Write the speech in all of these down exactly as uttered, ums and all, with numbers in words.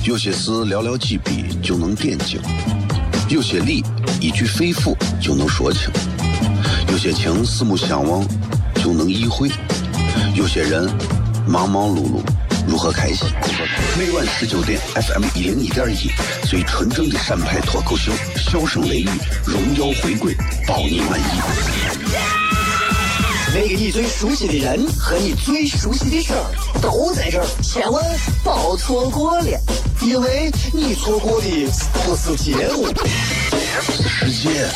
有些事寥寥几笔就能点睛，有些理一句肺腑就能说清，有些情四目相望就能意会，有些人忙忙碌碌如何开心。每晚十九点 F M 一零一点一，最纯正的陕派脱口秀，笑声雷雨，荣耀回归，保你满意。 那个你最熟悉的人和你最熟悉的事儿都在这儿，千万别错过了，因为你错过的不是节目， 世界。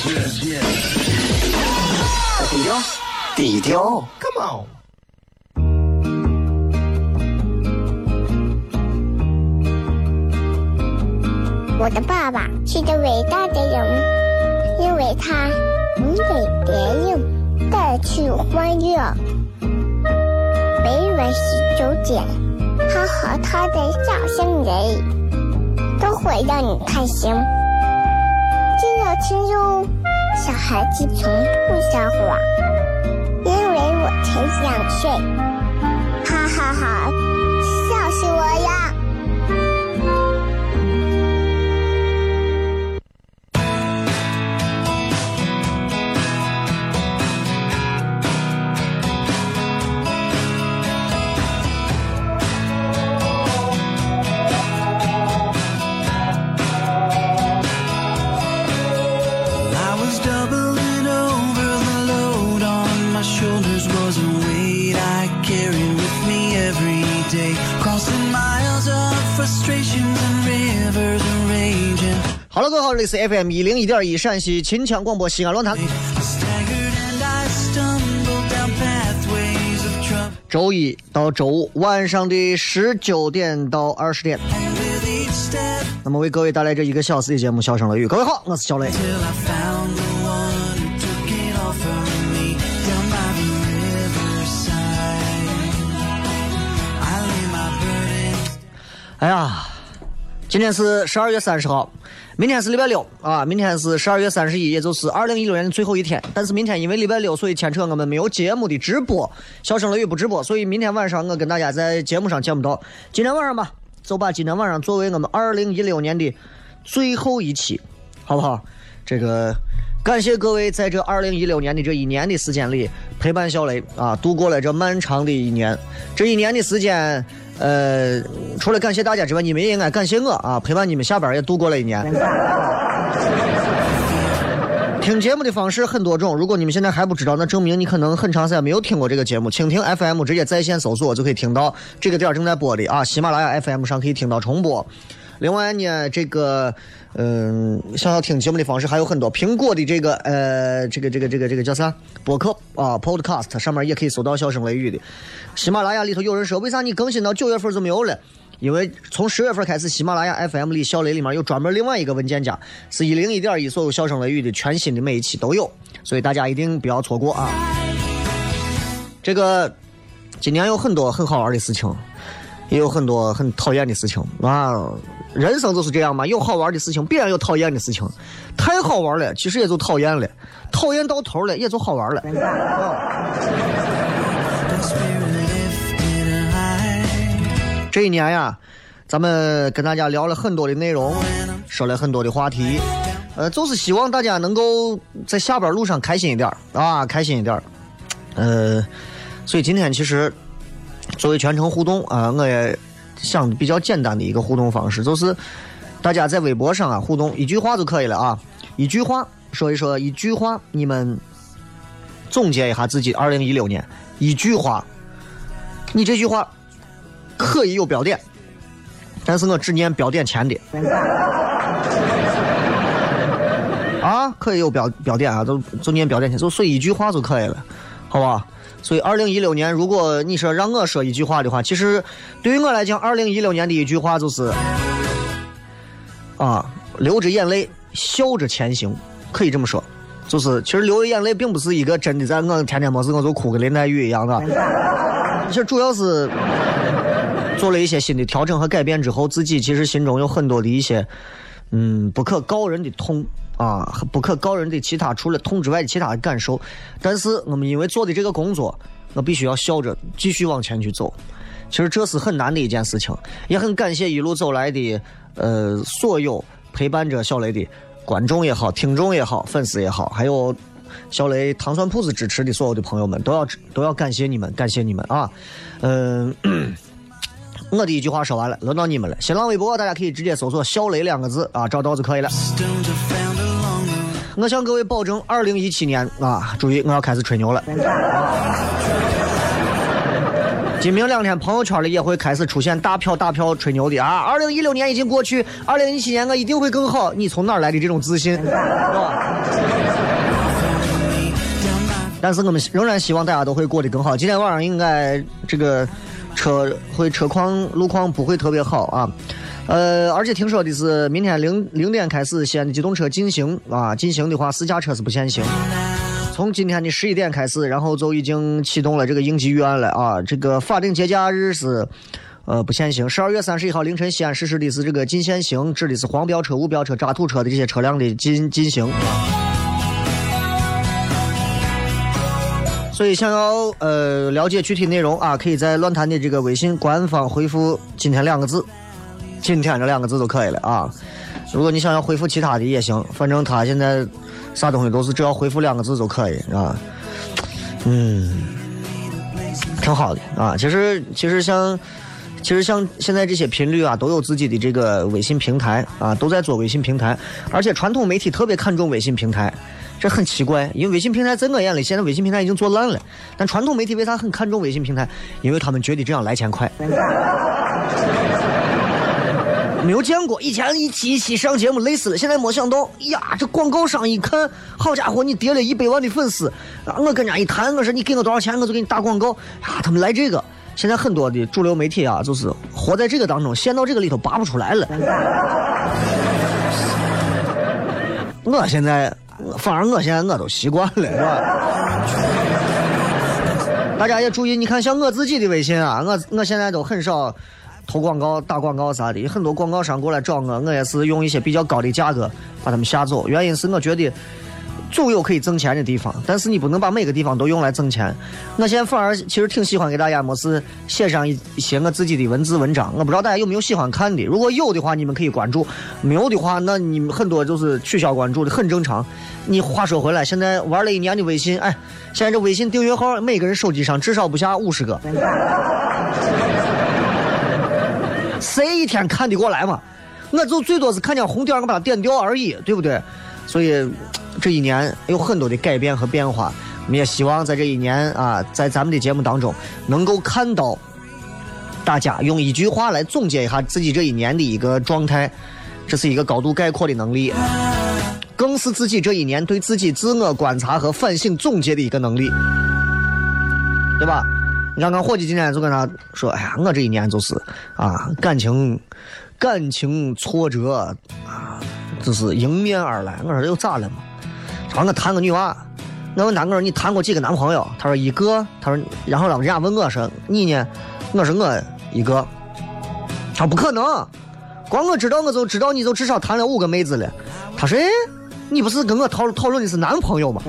低调，低调 ，Come on。 我的爸爸是个伟大的人，因为他能给别人带去欢乐。每晚十九点，他和他的笑声人，都会让你开心。记得听哟，小孩子从不撒谎，因为我才两岁。哈哈哈，笑死我呀！ 好了，各位好，这里是 F M 一零一点一陕西秦腔广播西安论坛。周一到周五晚上的十九点到二十点，那么为各位带来这一个小时的节目《笑声雷雨》。各位好，我是小雷。哎呀，今天是十二月三十号，明天是礼拜六啊！明天是十二月三十一，也就是二零一六年的最后一天。但是明天因为礼拜六，所以牵扯我们没有节目的直播，笑声雷雨不直播，所以明天晚上我跟大家在节目上见不到。今天晚上吧，就把今天晚上作为我们二零一六年的最后一期，好不好？这个感谢各位在这二零一六年的这一年的时间里陪伴小雷啊，度过了这漫长的一年。这一年的时间。呃，除了感谢大家之外，你们也应该感谢我啊，陪伴你们下班也度过了一年。听节目的方式很多种，如果你们现在还不知道，那证明你可能很长时间没有听过这个节目。蜻蜓 F M 直接在线搜索就可以听到，这个点正在播的啊，喜马拉雅 F M 上可以听到重播。另外呢，这个嗯、呃，想要听节目的方式还有很多。苹果的这个呃，这个这个这个这个叫啥播客啊 ，Podcast 上面也可以搜到笑声雷雨的。喜马拉雅里头有人说，为啥你更新到九月份就没有了？因为从十月份开始，喜马拉雅 F M 里小雷里面有专门另外一个文件夹，是一零一点一所有笑声雷雨的全新的每一期都有，所以大家一定不要错过啊！这个今年有很多很好玩的事情。也有很多很讨厌的事情啊，人生就是这样嘛，有好玩的事情必然有讨厌的事情，太好玩了其实也就讨厌了，讨厌到头了也就好玩了。这一年呀，咱们跟大家聊了很多的内容，说了很多的话题，呃，就是希望大家能够在下班路上开心一点啊，开心一点。呃，所以今天其实作为全程互动啊，我也想比较简单的一个互动方式，就是大家在微博上啊互动一句话就可以了啊，一句话说一说，一句话你们总结一下自己二零一六年，一句话，你这句话可以有标点，但是我只念标点前的啊，可以有标标点啊，都就念标点前，就说一句话就可以了，好吧？所以二零一六年如果你说让我说一句话的话，其实对于我来讲二零一六年的一句话就是啊，流着眼泪笑着前行，可以这么说，就是其实流着眼泪并不是一个真的在我天天没事我就哭个林黛玉一样的，其实主要是做了一些新的调整和改变之后，自己其实心中有很多的一些嗯不可告人的痛啊，不可告人的其他除了痛之外的其他的感受，但是我们因为做的这个工作，我必须要笑着继续往前去走， 其实这是很难的一件事情，也很感谢一路走来的呃所有陪伴着小雷的观众也好、听众也好、粉丝也好，还有小雷糖蒜铺子支持的所有的朋友们，都要都要感谢你们，感谢你们啊！嗯、呃，我的一句话说完了，轮到你们了。新浪微博大家可以直接搜索“小雷”两个字啊，找到就可以了。我向各位保证，二零一七年啊，注意我要开始吹牛了。今明两天朋友圈里也会开始出现大票大票吹牛的啊！二零一六年已经过去，二零一七年我一定会更好。你从哪儿来的这种自信？是吧？但是我们仍然希望大家都会过得更好。今天晚上应该这个车会车况路况不会特别好啊。呃，而且听说的是明天零零点开始，西安的机动车禁行啊，禁行的话私家车是不限行。从今天的十一点开始，然后就已经启动了这个应急预案了啊。这个法定节假日是呃不限行。十二月三十一号凌晨，西安实施的是这个禁限行，指的是黄标车、无标车、渣土车的这些车辆的禁禁行。所以想要呃了解具体内容啊，可以在论坛的这个微信官方回复“今天”两个字，“今天”这两个字就可以了啊。如果你想要回复其他的也行，反正他现在啥东西都是只要回复两个字就可以啊。嗯，挺好的啊。其实其实像其实像现在这些频率啊，都有自己的这个微信平台啊，都在做微信平台，而且传统媒体特别看重微信平台。这很奇怪，因为微信平台在我眼里，现在微信平台已经做烂了。但传统媒体为啥很看重微信平台？因为他们觉得这样来钱快。没有见过，以前一期一期上节目累死了，现在没想到呀，这广告商一看，好家伙，你跌了一百万的粉丝啊！我跟人家一谈，我说你给我多少钱，我就给你打广告啊！他们来这个，现在很多的主流媒体啊，就是活在这个当中，陷到这个里头拔不出来了。我现在。反而我现在我都习惯了，是吧？大家也注意，你看像我自己的微信啊，我我现在都很少投广告、打广告啥的，很多广告商过来找我，我也是用一些比较高的价格把他们下走。原因是我觉得总有可以挣钱的地方，但是你不能把每个地方都用来挣钱。我现在反而其实挺喜欢给大家么是写上一些我自己的文字文章，我不知道大家有没有喜欢看的，如果有的话你们可以关注，没有的话那你们很多就是取消关注的，很正常。你话说回来，现在玩了一年的微信，哎，现在这微信订阅号每个人手机上至少不下五十个，谁一天看得过来嘛？我就最多是看见红点我把它点掉而已，对不对？所以这一年有很多的改变和变化，我们也希望在这一年啊，在咱们的节目当中能够看到大家用一句话来总结一下自己这一年的一个状态，这是一个高度概括的能力，更是自己这一年对自己自我观察和反省总结的一个能力，对吧？你刚刚伙计今天就跟他说，哎呀，我这一年就是啊，感情感情挫折啊，就是迎面而来。我说又咋了嘛？他说我谈个女娃，我问他，我说你谈过几个男朋友？他说一个。他说，然后人家问我说你呢？我说我一个。他说不可能，光我知道我就知道你就至少谈了五个妹子了。他说，哎，你不是跟我讨论讨论的是男朋友吗？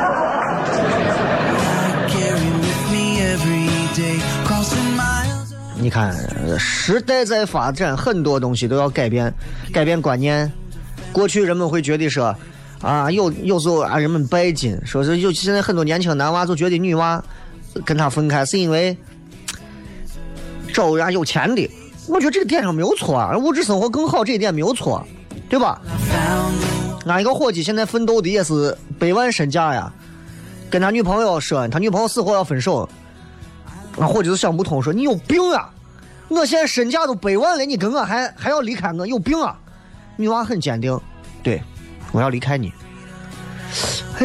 你看，时代在发展，很多东西都要改变，改变观念。过去人们会觉得说，啊，有有时候啊，人们拜金，说是有现在很多年轻男娃就觉得女娃跟他分开是因为找人家有钱的。我觉得这个点上没有错啊，物质生活更好这一点没有错，对吧？哪一个伙计现在奋斗的也是百万身价呀，跟他女朋友说，他女朋友死活要分手。那伙计就想不通，说你有病啊！我现在身价都百万了，你跟我还还要离开我，有病啊！女娃很坚定，对，我要离开你。哎，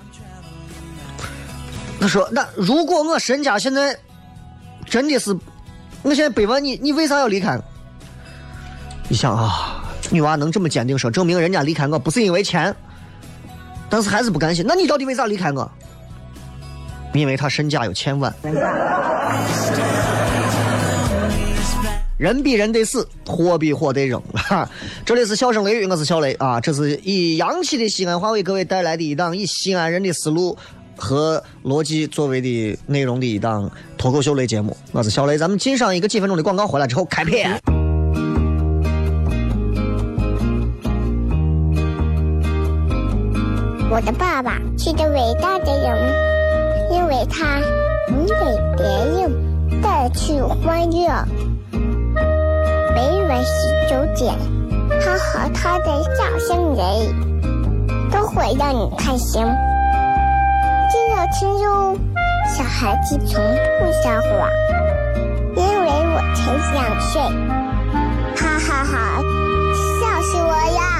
他说，那如果我身价现在真的是，我现在百万，你你为啥要离开我？你想啊，女娃能这么坚定说，证明人家离开我不是因为钱，但是还是不甘心。那你到底为啥离开我？因为他身价有千万。人比人得死，货比货得扔。这里是笑声雷雨，我是小雷啊。这是以洋气的西安话为各位带来的一档以西安人的思路和逻辑作为的内容的一档脱口秀类节目。我是小雷，咱们进上一个几分钟的广告，回来之后开片。 我的爸爸是个伟大的人，因为他能给别人带去欢乐。每晚十九点，他和他的笑声人，都会让你开心。记得听哟，小孩子从不撒谎，因为我才两岁。哈哈哈，笑死我呀！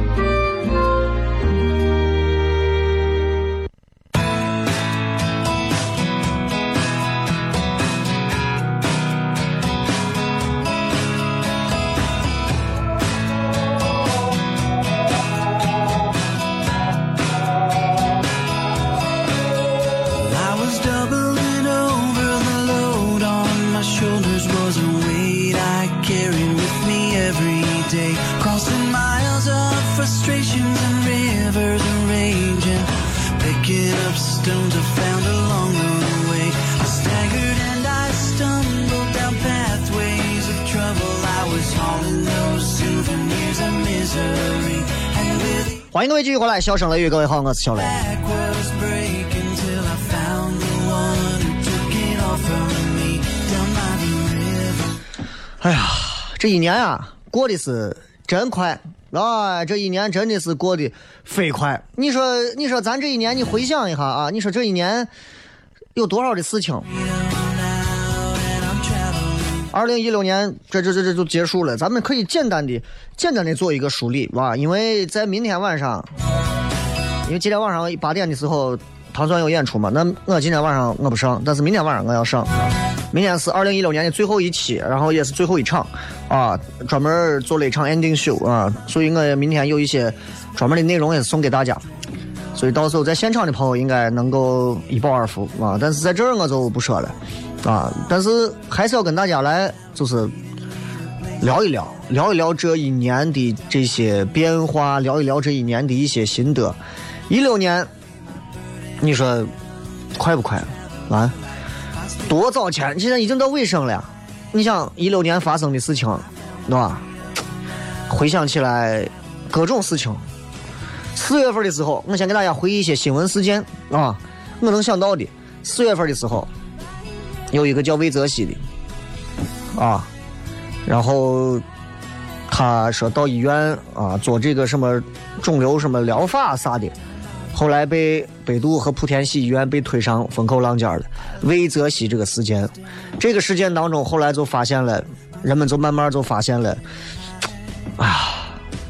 欢迎各位继续回来，笑声雷雨，各位好，我是小雷。哎呀，这一年啊，过的是真快啊！这一年真的是过得飞快。你说，你说，咱这一年，你回想一下啊，你说这一年有多少的事情？二零一六年，这这这这就结束了。咱们可以简单的、简单的做一个梳理，哇！因为在明天晚上，因为今天晚上八点的时候，唐酸有演出嘛，那我今天晚上我不上，但是明天晚上我要上。明天是二零一六年的最后一期，然后也是最后一场啊，专门做了一场 ending show 啊，所以我明天有一些专门的内容也是送给大家，所以到时候在现场的朋友应该能够一饱耳福啊。但是在这儿我就不说了啊，但是还是要跟大家来就是聊一聊，聊一聊这一年的这些变化，聊一聊这一年的一些心得。一六年，你说快不快啊？多早前，现在已经到尾声了。你想一六年发生的事情，对吧？回想起来，各种事情。四月份的时候，我先给大家回忆一些新闻事件啊，我能想到的。四月份的时候，有一个叫魏则西的啊，然后他说到医院啊做这个什么肿瘤什么疗法啥的。后来被北渡和莆田系医院被推上风口浪尖了。魏则西这个事件，这个事件当中，后来就发现了，人们就慢慢就发现了，啊，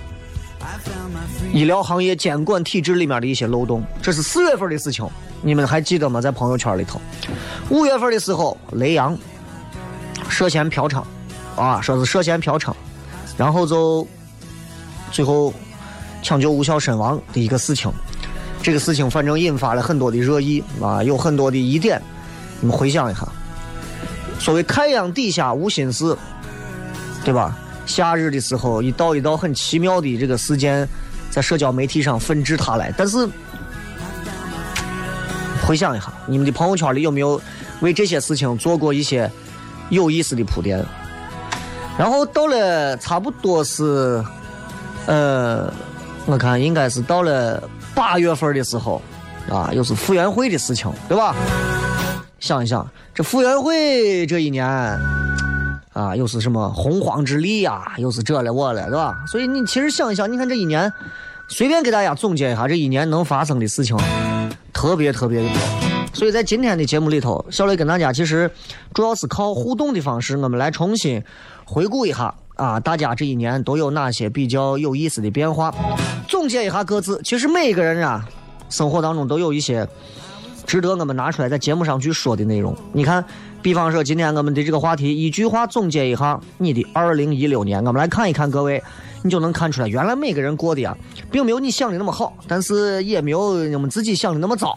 医疗行业监管体制里面的一些漏洞。这是四月份的事情，你们还记得吗？在朋友圈里头。五月份的时候，雷洋涉嫌嫖娼，啊，说是涉嫌嫖娼，然后就最后抢救无效身亡的一个事情。这个事情反正引发了很多的热议啊，有很多的疑点。你们回想一下，所谓太阳底下无心事，对吧？夏日的时候，一道一道很奇妙的这个事件，在社交媒体上纷至沓来。但是回想一下，你们的朋友圈里有没有为这些事情做过一些有意思的铺垫？然后到了差不多是，呃，我看应该是到了八月份的时候，啊，又是傅园慧的事情，对吧？想一想，这傅园慧这一年，啊，又是什么洪荒之力啊，又是这了我了，对吧？所以你其实想一想，你看这一年，随便给大家总结一下，这一年能发生的事情，特别特别的多。所以在今天的节目里头，小雷跟大家其实主要是靠互动的方式，我们来重新回顾一下啊，大家这一年都有哪些比较有意思的变化，总结一下各自。其实每个人啊，生活当中都有一些值得我们拿出来在节目上去说的内容。你看，比方说今天我们的这个话题，一句话总结一下你的二零一六年，我们来看一看各位，你就能看出来，原来每个人过的啊，并没有你想的那么好，但是也没有我们自己想的那么糟。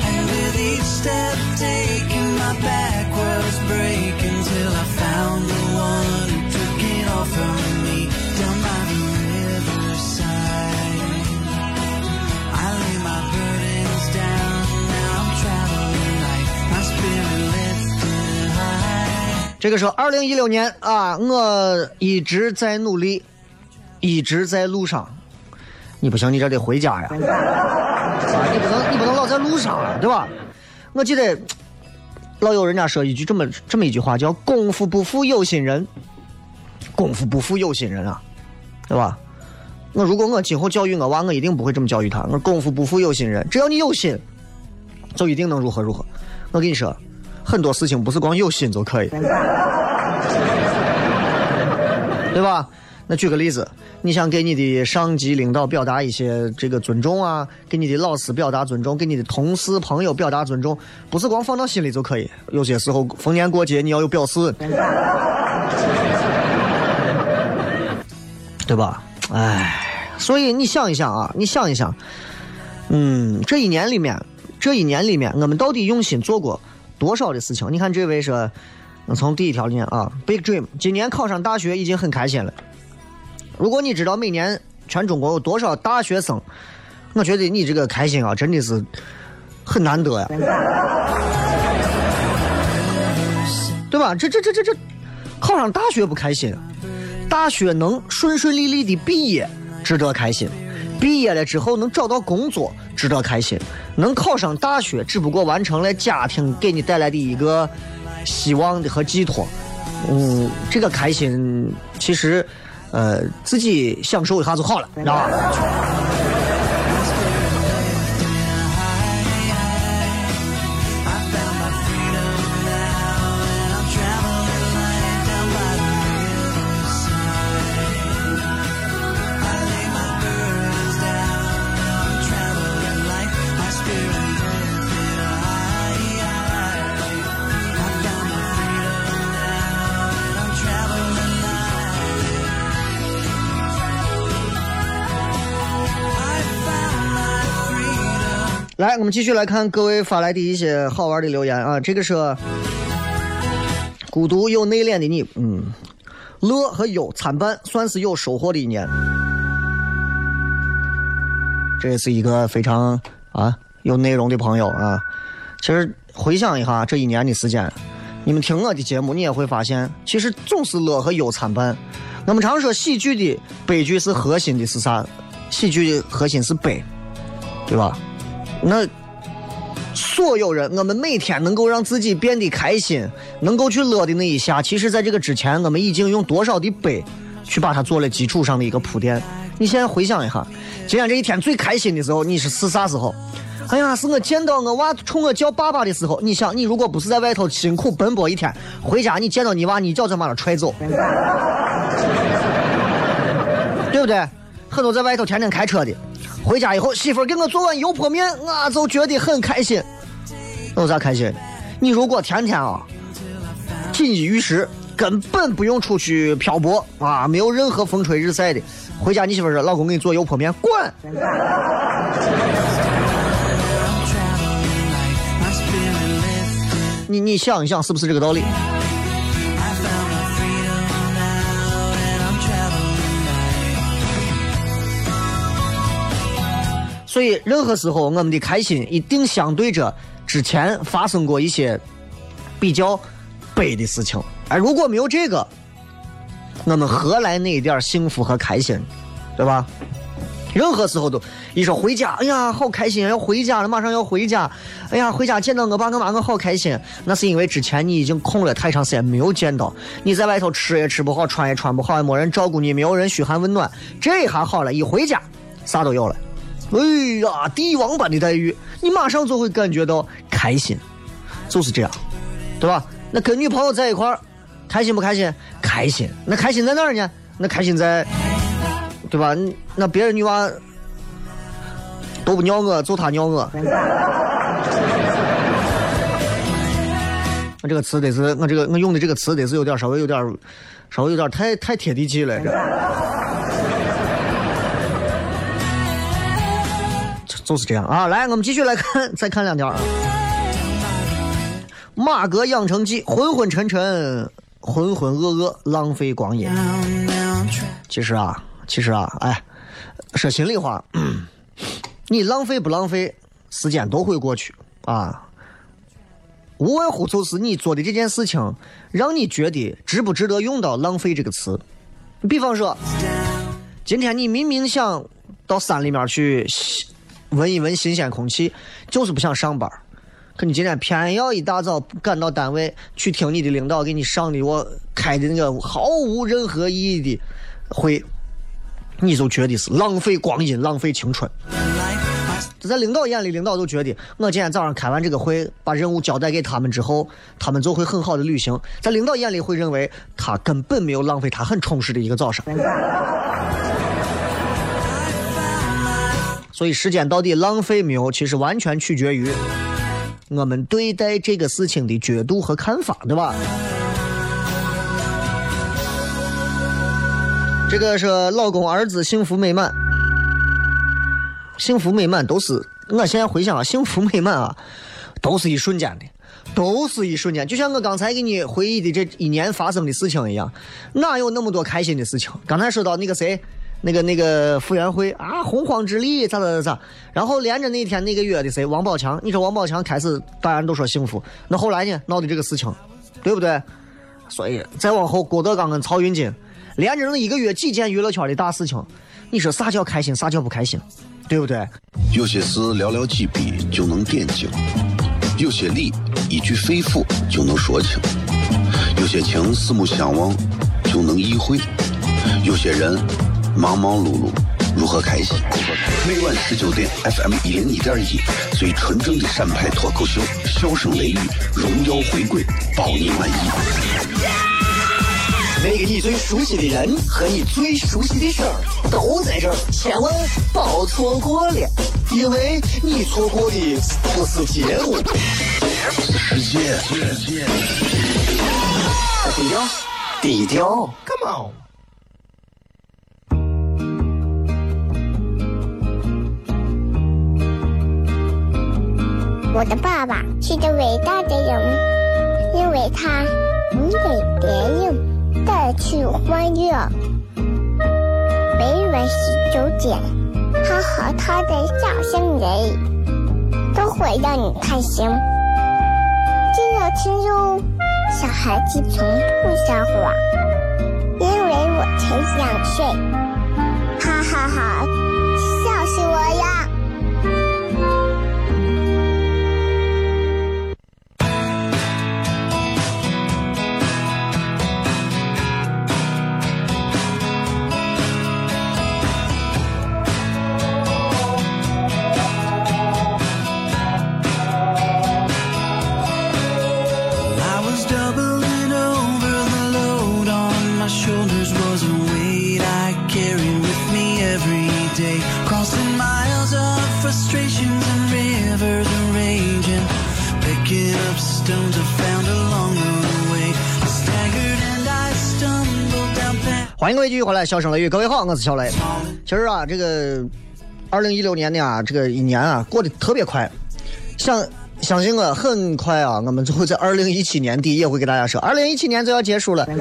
Step taking my back was breaking till I found the 这个时候二零一六年啊，我一直在努力，一直在路上。你不行，你这得回家呀！啊，你不能，你不能老在路上啊，对吧？我记得老有人家说一句这么这么一句话，叫“功夫不负有心人”。功夫不负有心人啊，对吧？我如果我今后教育我娃，我一定不会这么教育他。我功夫不负有心人，只要你有心，就一定能如何如何。我跟你说，很多事情不是光有心就可以，对吧？那举个例子，你想给你的上级领导表达一些这个尊重啊，给你的老师表达尊重，给你的同事朋友表达尊重，不是光放到心里就可以。有些时候逢年过节你要有表示，对吧？哎，所以你想一想啊，你想一想，嗯，这一年里面，这一年里面，我们到底用心做过多少的事情？你看这位说，从第一条里面啊 ，Big Dream， 今年考上大学已经很开心了。如果你知道每年全中国有多少大学生，我觉得你这个开心啊，真的是很难得呀，对吧？这这这这这，考上大学不开心，大学能顺顺利利的毕业，值得开心；毕业了之后能找到工作，值得开心；能考上大学，只不过完成了家庭给你带来的一个希望和寄托。嗯，这个开心其实。呃，自己享受一下就好了，知道吧？来，我们继续来看各位发来的一些好玩的留言啊。这个是孤独又内敛的你，嗯，乐和忧参半，算是有收获的一年。这也是一个非常啊有内容的朋友啊。其实回想一下这一年的时间，你们听我的节目，你也会发现，其实总是乐和忧参半。我们常说喜剧的悲剧是核心的是啥？喜剧的核心是悲，对吧？那所有人，我们每天能够让自己变得开心，能够去乐的那一下，其实在这个之前，我们已经用多少的悲去把它做了基础上的一个铺垫。你现在回想一下，今天这一天最开心的时候，你是是啥时候？哎呀，是我见到我娃冲我叫爸爸的时候。你想，你如果不是在外头辛苦奔波一天，回家你见到你娃，你脚就把他踹走，对不对？很多在外头天天开车的，回家以后媳妇儿给我做碗油泼面，我就觉得很开心。有啥开心？你如果天天啊锦衣玉食，根本不用出去漂泊啊，没有任何风吹日晒的，回家你媳妇儿说老公给你做油泼面，滚！你你想一想，是不是这个道理？所以任何时候我们的开心一定相对着之前发生过一些比较悲的事情，而如果没有这个，我们何来那一点幸福和开心，对吧？任何时候都一说回家，哎呀好开心，要回家了，马上要回家，哎呀回家见到我爸我妈我好开心。那是因为之前你已经空了太长时间没有见到，你在外头吃也吃不好，穿也穿不好，也没人照顾你，没有人嘘寒问暖，这下好了，一回家啥都有了，哎呀帝王般的待遇，你马上就会感觉到开心，就是这样，对吧？那跟女朋友在一块儿开心不开心？开心。那开心在哪儿呢？那开心在，对吧？那别人女娃都不尿我，就他尿我。我这个词得是，我这个我用的这个词得是有点稍微有点稍微有点太太贴地气了。这就是这样啊！来，我们继续来看，再看两条啊。马格养成记，昏昏沉沉，浑浑噩噩，浪费光阴。其实啊，其实啊，哎，说心里话，你浪费不浪费，时间都会过去啊。 无外乎就是你做的这件事情让你觉得值不值得用到浪费这个词。比方说今天你明明想到山里面去闻一闻新鲜空气，就是不想上班，可你今天偏要一大早赶到单位去听你的领导给你上的我开的那个毫无任何意义的会，你就觉得是浪费光阴浪费青春。在领导眼里，领导都觉得我今天早上开完这个会把任务交代给他们之后，他们就会很好的履行，在领导眼里会认为他根本没有浪费他很充实的一个早上。所以时间到底浪费没有，其实完全取决于我们对待这个事情的角度和看法，对吧？这个是老公儿子幸福美满，幸福美满都是我现在回想啊，幸福美满啊，都是一瞬间的，都是一瞬间。就像我刚才给你回忆的这一年发生的事情一样，哪有那么多开心的事情？刚才说到那个谁，那个那个傅园慧啊，洪荒之力，咋咋咋咋，然后连着那天那个月的谁，王宝强，你说王宝强开始大家都说幸福，那后来呢闹的这个事情，对不对？所以再往后，郭德纲跟曹云金。连着那一个月几件娱乐圈的大事情，你说啥叫开心，啥叫不开心，对不对？ 有些事寥寥几笔就能点睛，有些理一句肺腑就能说清，有些情四目相望就能意会，有些人忙忙碌碌如何开心？每晚十九点 F M 一零一点一，最纯正的陕派脱口秀，笑声雷雨，荣耀回归，保你满意。 那个你最熟悉的人和你最熟悉的事儿都在这儿，千万别错过了，因为你错过的不是节目， 世界。 低调，低调 ，Come on。 我的爸爸是个伟大的人，因为他能给别人带去欢乐。每晚十九点，他和他的笑声人，都会让你开心。记得听哟，小孩子从不撒谎，因为我才两岁。哈哈哈，笑死我呀！ 欢迎各位继续回来，笑声雷雨，各位好，我是小雷。其实啊，这个二零一六年呢啊，这个一年啊过得特别快，相相信我，很快啊，我们就会在二零一七年底也会给大家说，二零一七年就要结束了。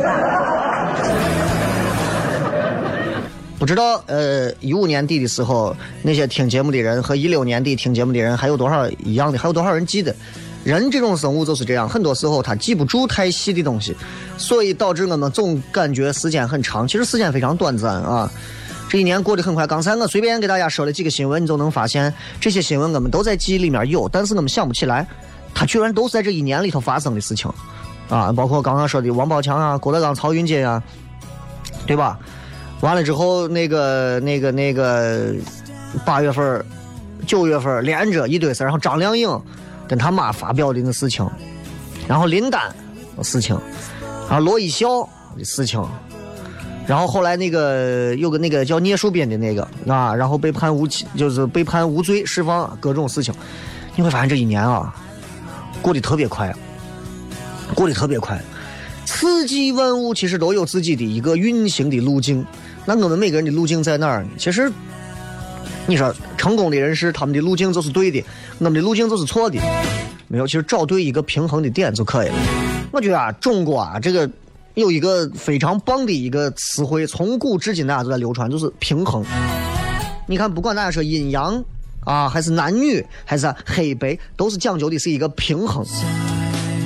不知道呃一五年底的时候，那些听节目的人和一六年底听节目的人还有多少一样的，还有多少人记得？人这种生物就是这样，很多时候他记不住太细的东西，所以导致我们总感觉时间很长，其实时间非常短暂啊。这一年过得很快，刚才我随便给大家说了几个新闻，你就能发现这些新闻我们都在记忆里面有，但是我们想不起来，它居然都是在这一年里头发生的事情啊，包括刚刚说的王宝强啊、郭德纲、曹云金啊，对吧？完了之后，那个、那个、那个八月份、九月份连着一堆事，然后张靓颖跟他妈发表的那事情，然后林丹的事情，然后罗一笑的事情，然后后来那个有个那个叫聂树斌的那个啊，然后被判无期，就是被判无罪释放，各种事情，你会发现这一年啊，过得特别快，过得特别快。四季万物其实都有自己的一个运行的路径，那我们每个人的路径在哪儿？其实你说成功的人士他们的路径就是对的，我们的路径就是错的，没有，其实找对一个平衡的点就可以了。我觉得啊，中国啊这个有一个非常棒的一个词汇，从古至今大家都在流传，就是平衡。你看不管大家说阴阳啊，还是男女，还是黑白，都是讲究的是一个平衡。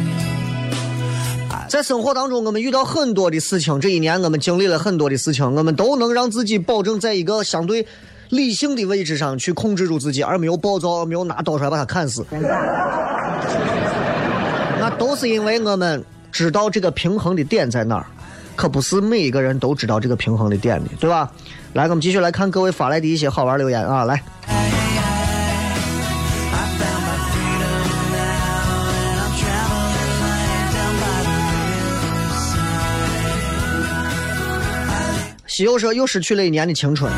在生活当中我们遇到很多的事情，这一年我们经历了很多的事情，我们都能让自己保证在一个相对理性的位置上去控制住自己，而没有暴躁，没有拿刀出来把他砍死。那都是因为我们知道这个平衡的点在哪儿，可不是每一个人都知道这个平衡的点的，对吧？来，我们继续来看各位发来的一些好玩留言啊，来。西游说又失去了一年的青春。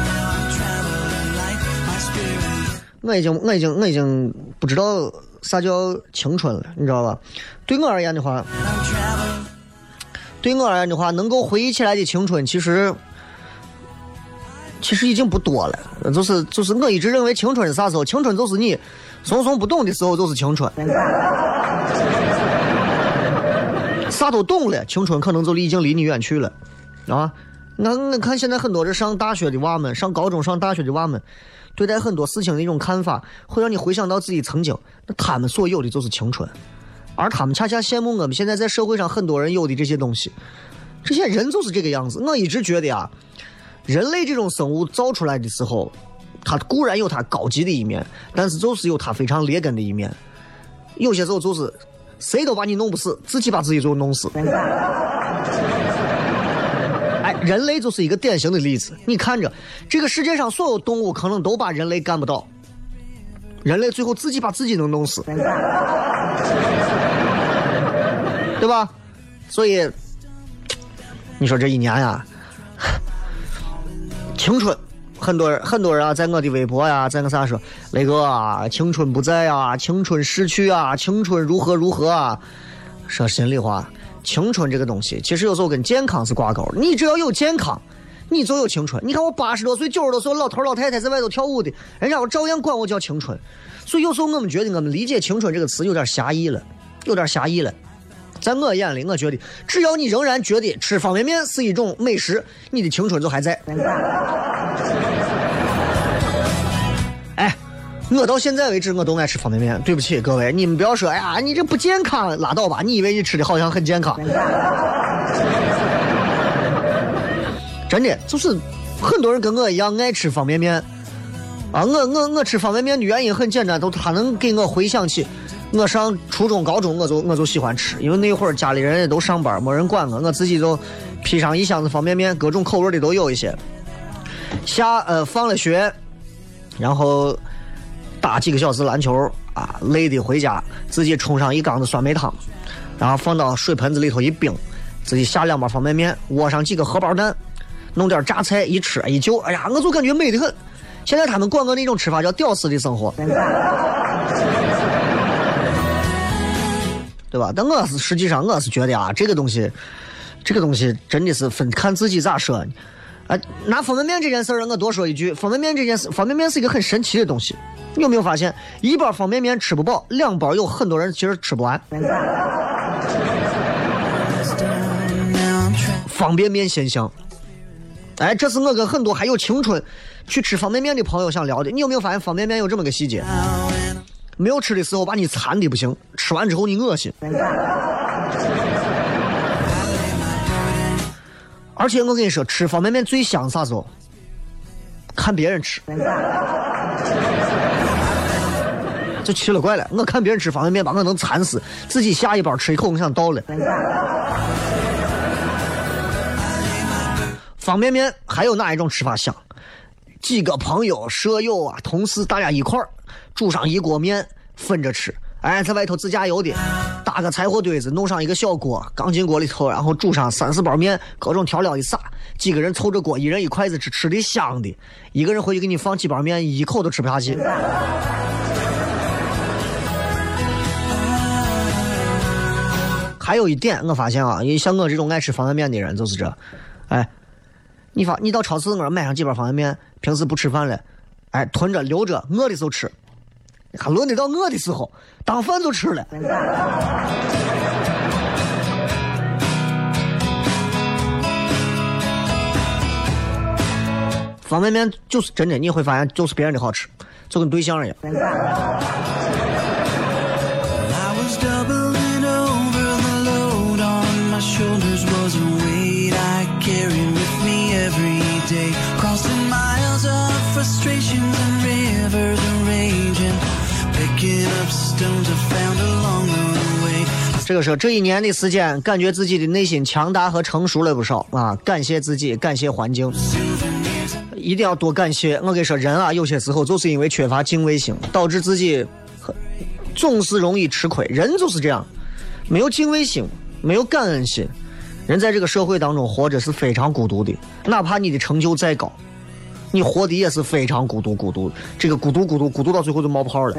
我已经我已经我已经不知道啥叫青春了，你知道吧？对我而言的话，对我而言的话，能够回忆起来的青春，其实其实已经不多了。就是就是我一直认为青春是啥时候？青春就是你怂怂不懂的时候，就是青春。啥都懂了，青春可能就已经离你远去了啊！那那看现在很多这上大学的娃们，上高中上大学的娃们，对待很多事情的一种看法，会让你回想到自己曾经，那他们所有的就是青春，而他们恰恰羡慕我们现在在社会上很多人有的这些东西。这些人就是这个样子。我一直觉得啊，人类这种生物造出来的时候，它固然有它高级的一面，但是就是有它非常劣根的一面。有些时候就是谁都把你弄不死，自己把自己就弄死。哎，人类就是一个典型的例子。你看着这个世界上所有动物可能都把人类干不到，人类最后自己把自己能弄死，对吧？所以你说这一年呀，青春，很多人很多人啊，在我的微博呀，在个啥说雷哥啊，青春不在啊，青春逝去啊，青春如何如何啊。说心里话，青春这个东西其实有时候跟健康是挂钩的，你只要有健康你就有青春。你看我八十多岁九十多岁老头老太太在外头跳舞的，人家我照样管我叫青春。所以有时候我们觉得我们理解青春这个词有点狭义了，有点狭义了。在我眼里，我觉得只要你仍然觉得吃方便面是一种美食，你的青春就还在。哎，我到现在为止我都爱吃方便面。对不起各位，你们不要说哎呀你这不健康，拉倒吧，你以为你吃的好像很健康。真的就是很多人跟我一样爱吃方便面啊，我我我吃方便面的原因很简单，都它能给我回想起我上初中高中，我就我就喜欢吃，因为那会儿家里人也都上班没人管我，我自己就批上一箱子方便面，各种口味的都有一些。下呃放了学，然后打几个小时篮球啊，累的回家自己冲上一缸子酸梅汤，然后放到水盆子里头一冰，自己下两包方便面，窝上几个荷包蛋，弄点榨菜一吃一揪，哎呀我就感觉美得很。现在他们管我那种吃法叫屌丝的生活，对吧？但我是实际上我是觉得啊，这个东西这个东西真的是分看自己咋说。啊，拿方便面这件事儿，我多说一句，方便面这件事，方便面是一个很神奇的东西。你有没有发现，一包方便面吃不饱，两包有很多人其实吃不完。方便面现象，哎，这是我跟很多还有青春去吃方便面的朋友想聊的。你有没有发现方便面有这么个细节？没有吃的时候把你馋的不行，吃完之后你恶心。而且我跟你说，吃方便面最香啥时候？看别人吃，就奇了怪了。我看别人吃方便面，把我能馋死，自己下一包吃一口，我想倒了。方便面还有哪一种吃法香？几个朋友、舍友啊、同事，大家一块儿煮上一锅面，分着吃。哎，在外头自驾游的，搭个柴火堆子，弄上一个小锅，钢筋锅里头，然后煮上三四包面，各种调料一撒，几个人凑着锅，一人一筷子吃，吃的香的。一个人回去给你放几包面，一口都吃不下去。还有一点，我发现啊，因为像我这种爱吃方便面的人，就是这，哎，你发你到超市我买上几包方便面，平时不吃饭了，哎，囤着留着，饿的时候吃。还轮得到饿的时候，当饭就吃了。方便面就是真的，你会发现就是别人的好吃，就跟对象一样。 这个说这一年的时间，感觉自己的内心强大和成熟了不少啊！感谢自己，感谢环境，一定要多感谢。我跟你说，人啊，有些时候就是因为缺乏敬畏心，导致自己总是容易吃亏。人就是这样，没有敬畏心，没有感恩心，人在这个社会当中活着是非常孤独的。哪怕你的成就再高，你活的也是非常孤独孤独。这个孤独孤独孤独到最后就冒泡了。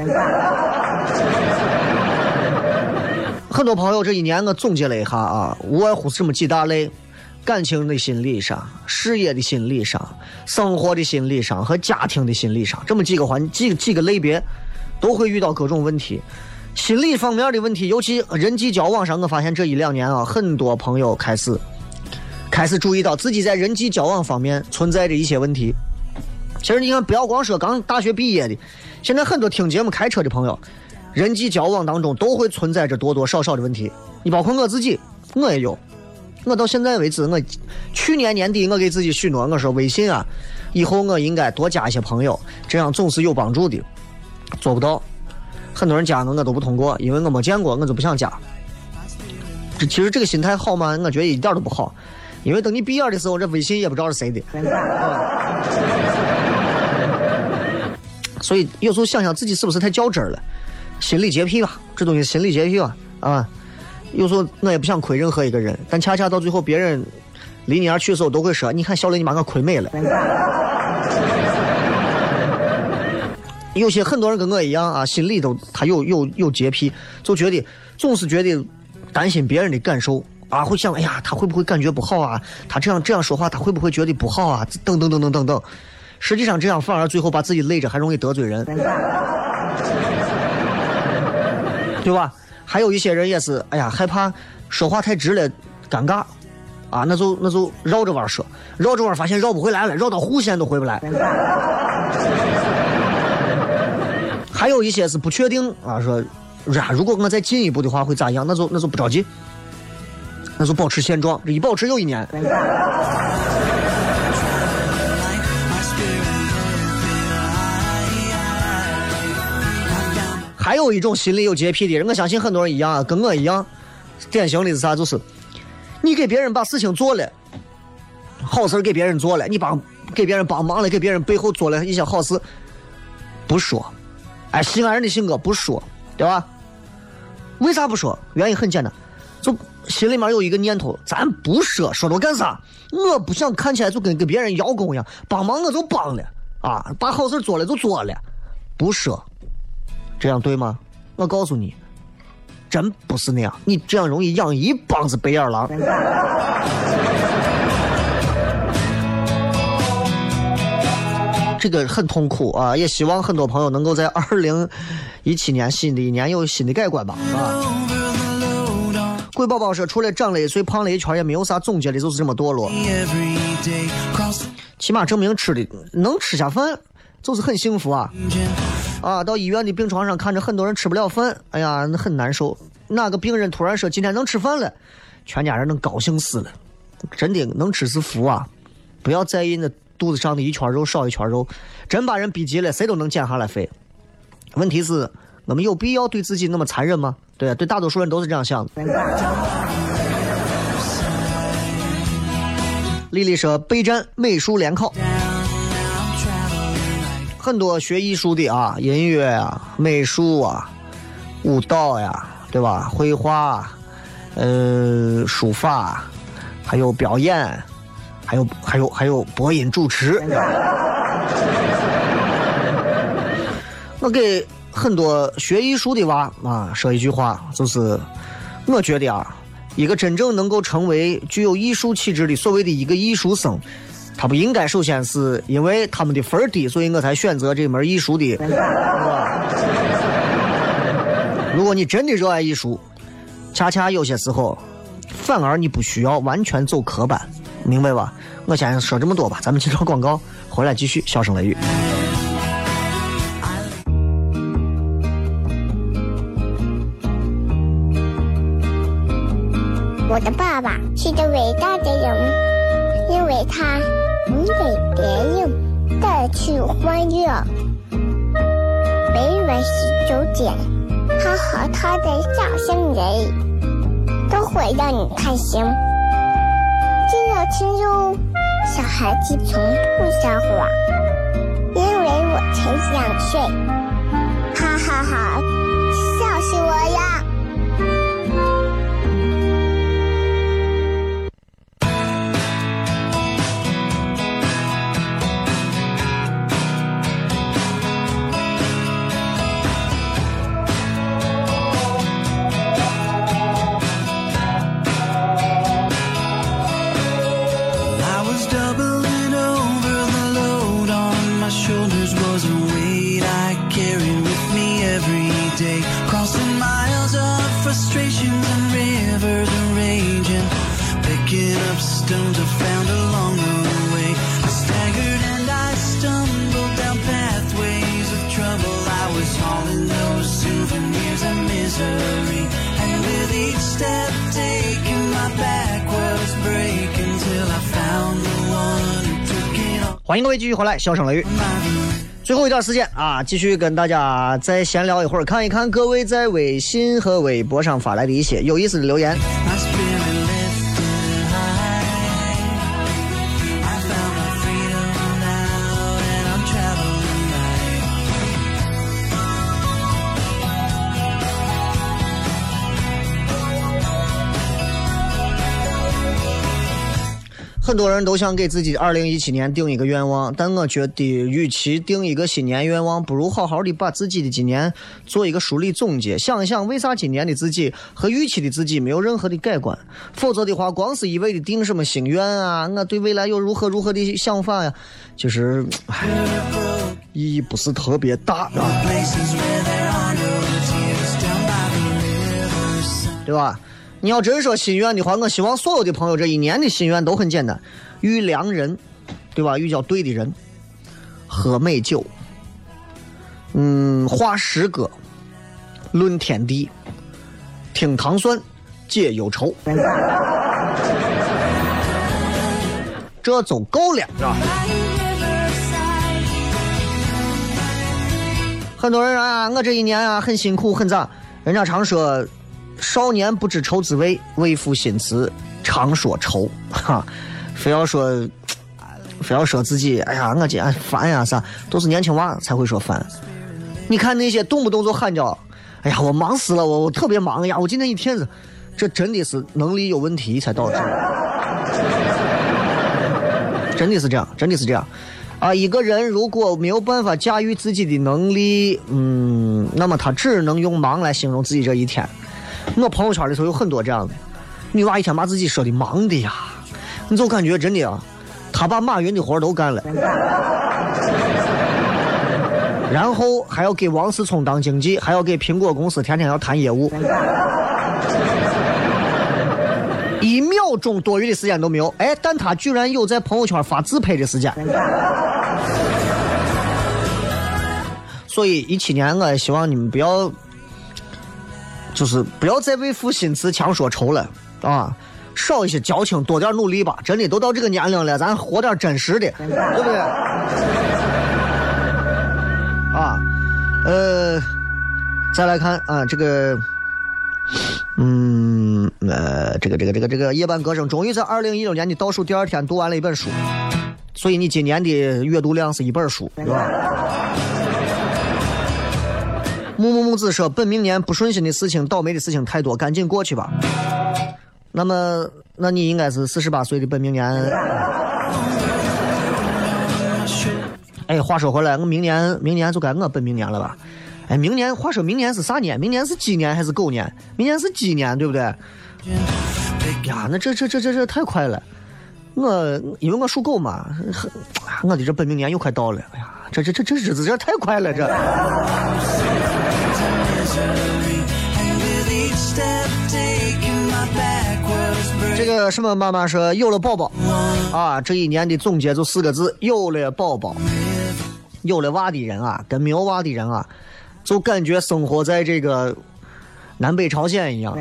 很多朋友这一年我总结了一下啊，无外乎是这么几大类：感情的心理上、事业的心理上、生活的心理上和家庭的心理上，这么几个环几几个类别都会遇到各种问题。心理方面的问题，尤其人际交往上，我发现这一两年啊，很多朋友开始开始注意到自己在人际交往方面存在着一些问题。其实你看，不要光说刚大学毕业的，现在很多听节目开车的朋友，人际交往当中都会存在着多多少少的问题。你包括我自己，我也有。我到现在为止，我去年年底我给自己许诺，我说微信啊，以后我应该多加一些朋友，这样总是有帮助的。做不到，很多人加我，我都不通过，因为我没见过，我就不想加。这其实这个心态好吗？我觉得一点都不好，因为等你毕业的时候，这微信也不知道是谁的。所以有时候想想自己是不是太较真了，心理洁癖吧，这东西心理洁癖吧啊。有时候我也不想亏任何一个人，但恰恰到最后别人离你而去的时候都会说，你看小雷你把我亏没了。有些很多人跟我一样啊，心里都他有有有洁癖，就觉得总是觉得担心别人的感受啊，会想哎呀他会不会感觉不好啊，他这样这样说话他会不会觉得不好啊，等等等等等等。实际上这样反而最后把自己累着，还容易得罪人，对吧？还有一些人也是，哎呀，害怕说话太直了，尴尬，啊，那就那就绕着弯说，绕着弯发现绕不回来了，绕到弧线都回不来。还有一些是不确定啊，说啊，如果我再进一步的话会咋样？那就那就不着急，那就保持现状，这一保持又一年。还有一种心里有洁癖的人，我相信很多人一样啊，跟我一样，典型的是啥？就是你给别人把事情做了，好事给别人做了，你帮给别人帮忙了，给别人背后做了一些好事，不说。哎，西安人的性格不说，对吧？为啥不说？原因很简单，就心里面有一个念头，咱不说，说着干啥？我不想看起来就跟跟别人邀功一样，帮忙我就帮了啊，把好事做了就做了，不说。这样对吗？我告诉你，真不是那样，你这样容易养一帮子白眼狼。这个很痛苦啊，也希望很多朋友能够在二零一七年新的一年有新的改观吧啊。贵宝宝说，除了长了一岁胖了一圈也没有啥总结的，就是这么堕落，起码证明吃的能吃下饭就是很幸福啊啊！到医院的病床上看着很多人吃不了饭，哎呀，那很难受。哪个病人突然说今天能吃饭了，全家人能高兴死了。真的能吃是福啊！不要在意那肚子上的一圈肉少一圈肉，真把人逼急了，谁都能减下来肥。问题是我们有必要对自己那么残忍吗？对，对大多数人都是这样想的。丽丽说备战美术联考，很多学艺术的啊，音乐啊、美术啊、舞蹈呀，对吧？绘画、呃、书法，还有表演，还有还有还有播音主持。我给很多学艺术的娃啊说一句话，就是我觉得啊，一个真正能够成为具有艺术气质的所谓的一个艺术生，他不应该首先是因为他们的分低，所以我才选择这门艺术的。如果你真的热爱艺术，恰恰有些时候反而你不需要完全走科班，明白吧？我先说这么多吧，咱们接着广告，回来继续笑声雷雨。 我的爸爸是个伟大的人，因为他能给别人带去欢乐。每晚十九点， 好他的笑声人，都会让你开心。记得听哟，小孩子从不撒谎，因为我才两岁。哈哈哈，笑死我呀！ 欢迎各位继续回来，笑声雷雨。最后一段时间啊，继续跟大家再闲聊一会儿，看一看各位在微信和微博上发来的一些有意思的留言。很多人都想给自己二零一七年定一个愿望，但我觉得与其定一个新年愿望，不如好好的把自己的今年做一个梳理总结，想一想为啥今年的自己和预期的自己没有任何的改观。否则的话，光是一味的定什么心愿啊，我对未来有如何如何的想法呀，就是唉，意义不是特别大啊，对吧？你要真说心愿的话，我希望所有的朋友这一年的心愿都很简单：遇良人，对吧？遇到对的人，喝美酒，嗯，画诗歌，论天地，听糖酸，解忧愁，这就够了，是吧？很多人啊，我这一年啊很辛苦很咋？人家常说。少年不知愁滋味，为赋新词常说愁，哈，非要说，非要说自己，哎呀，我这烦呀啥，都是年轻娃才会说烦。你看那些动不动就喊叫，哎呀，我忙死了，我我特别忙呀，我今天一天子，这真的是能力有问题才导致，真的是这样，真的是这样。啊，一个人如果没有办法驾驭自己的能力，嗯，那么他只能用忙来形容自己这一天。我朋友圈里头有很多这样的女娃，一天把自己说的忙的呀，你就感觉真的啊，她把马云的活都干了，然后还要给王思聪当经纪，还要给苹果公司天天要谈业务，一秒钟多余的时间都没有，哎，但她居然有在朋友圈发自拍的时间。所以一七年我也希望你们不要就是不要再为赋新词强说愁了啊，少一些矫情，多点努力吧。真的都到这个年龄了，咱活点真实的，对不对？啊，呃，再来看啊，这个，嗯，呃，这个这个这个这个夜半歌声终于在二零一六年的倒数第二天读完了一本书，所以你今年的阅读量是一本书，对吧？木木木子说，本明年不顺心的事情、倒霉的事情太多，赶紧过去吧。那么，那你应该是四十八岁的本明年。哎，话说回来，我明年明年就该我本明年了吧？哎，明年话说明年是啥年？明年是鸡年还是狗年？明年是鸡年，对不对？呀，那这这这这这太快了！我因为我属狗嘛，我的这本命年又快到了。哎呀，这这这这日子这太快了，这。这个什么妈妈说有了宝宝啊，这一年的总结就四个字：有了宝宝。有了娃的人啊，跟没有娃的人啊，就感觉生活在这个南北朝鲜一样。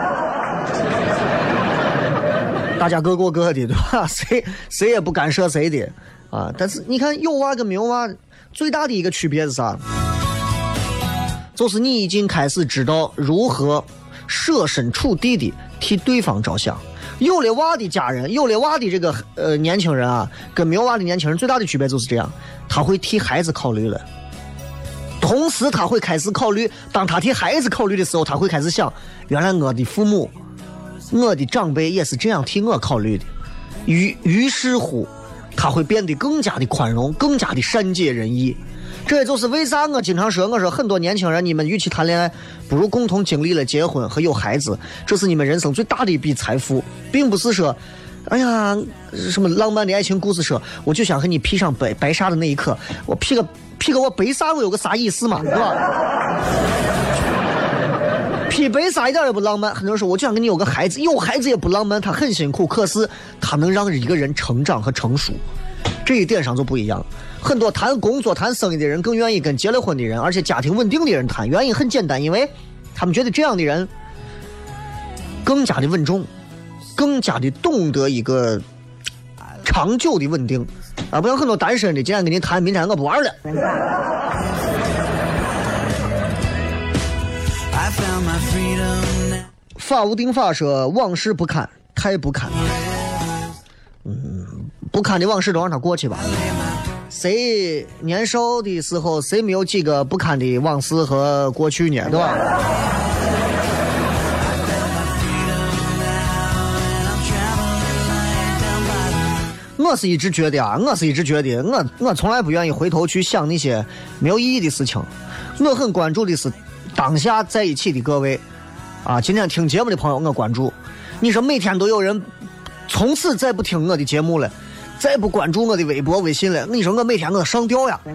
大家各过各的，对吧？谁谁也不干涉谁的啊。但是你看有娃跟没有娃最大的一个区别是啥？ 就是你已经开始知道如何设身处地的替对方着想。有了娃的家人，有了娃的这个呃年轻人啊，跟没有娃的年轻人最大的区别就是这样，他会替孩子考虑了。同时他会开始考虑，当他替孩子考虑的时候，他会开始想，原来我的父母我的长辈也是这样替我考虑的。于于是乎他会变得更加的宽容，更加的善解人意。这也就是为啥我经常说，我说很多年轻人，你们与其谈恋爱，不如共同经历了结婚和有孩子，这是你们人生最大的一笔财富，并不是说哎呀什么浪漫的爱情故事，说我就想和你披上白白纱的那一刻，我披个披个我白纱，我有个啥意思嘛，对吧？披白纱一点也不浪漫。很多人说我就想跟你有个孩子，有孩子也不浪漫，他很辛苦，可是他能让一个人成长和成熟，这一点上就不一样。很多谈工作谈生意的人更愿意跟结了婚的人而且家庭稳定的人谈，原因很简单，因为他们觉得这样的人更加的稳重，更加的懂得一个长久的稳定啊！不像很多单身的今天跟你谈，明天我不玩了。法无定法说往事不堪，太不堪。嗯，不堪的往事都让它过去吧。谁年少的时候谁没有几个不堪的往事和过去呢，对吧？我是一直觉得啊，我是一直觉得我我从来不愿意回头去想那些没有意义的事情。我很关注的是当下在一起的各位啊，今天听节目的朋友我关注。你说每天都有人从此再不听我的节目了，再不关注我的微博微信了，你说我每天我上吊呀？不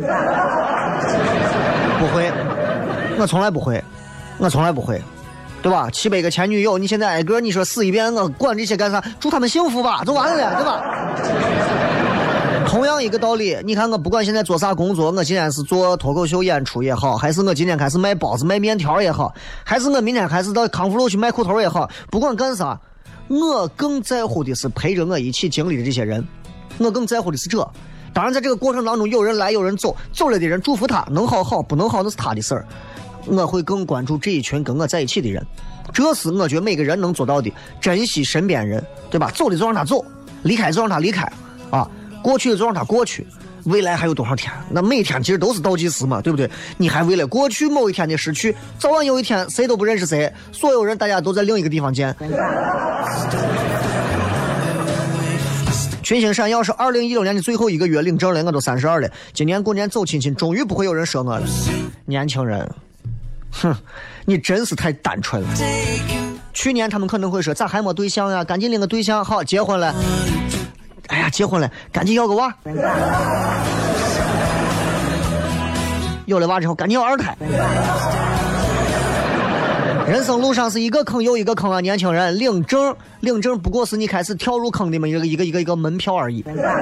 会，我从来不会，我从来不会，对吧？七百个前女友，你现在挨个你说死一遍，我管这些干啥？祝他们幸福吧，就完了，对吧？同样一个道理，你看我不管现在做啥工作，我今天是做脱口秀演出也好，还是我今天开始卖包子卖面条也好，还是我明天开始到康复路去卖裤头也好，不管干啥，我更在乎的是陪着我一起经历的这些人，我更在乎的是这。当然在这个过程当中有人来有人走，走了的人祝福他能好好，不能好那是他的事儿，我会更关注这一群跟我在一起的人，这是我觉得每个人能做到的，珍惜身边人，对吧？走的就让他走，离开就让他离开啊，过去的就让他过去，未来还有多少天？那每天其实都是倒计时嘛，对不对？你还为了过去某一天的失去，早晚有一天谁都不认识谁，所有人大家都在另一个地方见。群星闪耀是二零一六年的最后一个月领证了，我都三十二了，今年过年走亲戚，终于不会有人说我了。年轻人，哼，你真是太单纯了。去年他们可能会说咋还没对象呀，赶紧领个对象，好结婚了。哎呀，结婚了，赶紧要个娃。有了娃之后，赶紧要二胎。人生路上是一个坑又一个坑啊！年轻人，领证，领证不过是你开始跳入坑的嘛一个一个一个一个门票而已。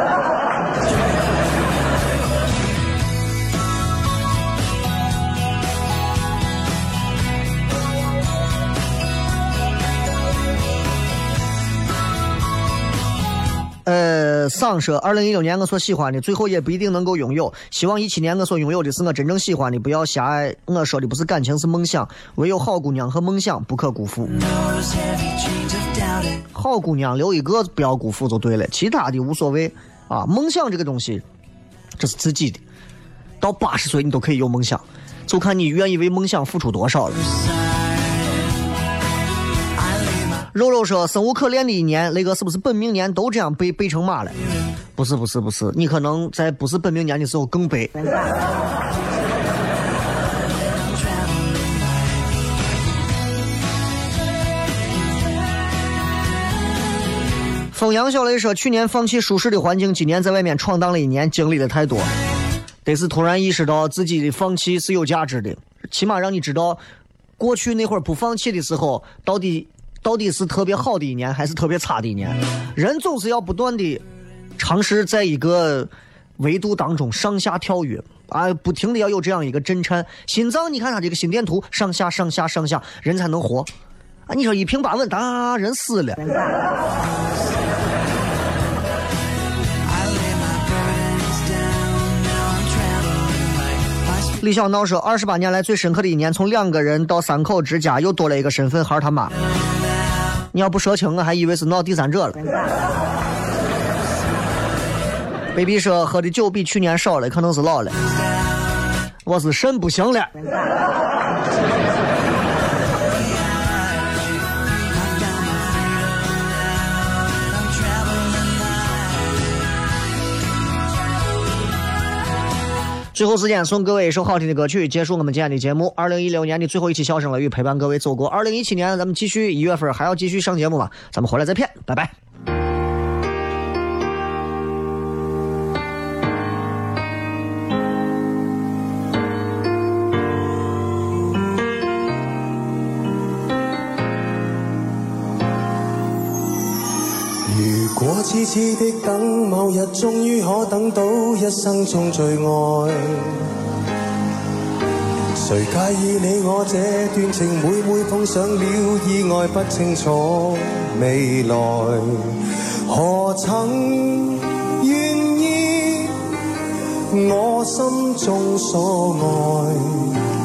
呃，丧说二零一六年我所喜欢的，最后也不一定能够拥有。希望一七年我所拥有的是我真正喜欢的，不要狭隘。我说的不是感情，是梦想。唯有好姑娘和梦想不可辜负。好姑娘留一个，不要辜负就对了，其他的无所谓啊。梦想这个东西，这是自己的。到八十岁你都可以有梦想，就看你愿意为梦想付出多少了。肉肉说生无可恋的一年，雷哥是不是本命年都这样背背成马了？不是不是不是，你可能在不是本命年的时候更背。风扬小雷说去年放弃舒适的环境，今年在外面闯荡了一年，经历的太多，得是突然意识到自己的放弃是有价值的，起码让你知道过去那会儿不放弃的时候到底到底是特别好的一年还是特别差的一年。人总是要不断的尝试在一个维度当中上下跳跃啊，不停的要有这样一个震颤。心脏你看它这个心电图上下上下上下，人才能活啊！你说一平八稳，当人死了。 李小闹说，二十八年来最深刻的一年，从两个人到三口之家，又多了一个身份，孩他妈。你要不说清，我还以为是闹第三者了。baby 说，喝的酒比去年少了，可能是老了。我是肾不行了。最后时间送各位一首好听的歌曲，结束我们今天的节目。二零一六年的最后一期笑声乐语陪伴各位走过二零一七年，咱们继续一月份还要继续上节目嘛？咱们回来再骗，拜拜。 如果痴痴的等，某日終於可等到一生中最愛，誰介意你我這段情，每每碰上了意外，不清楚未來，何曾願意我心中所愛。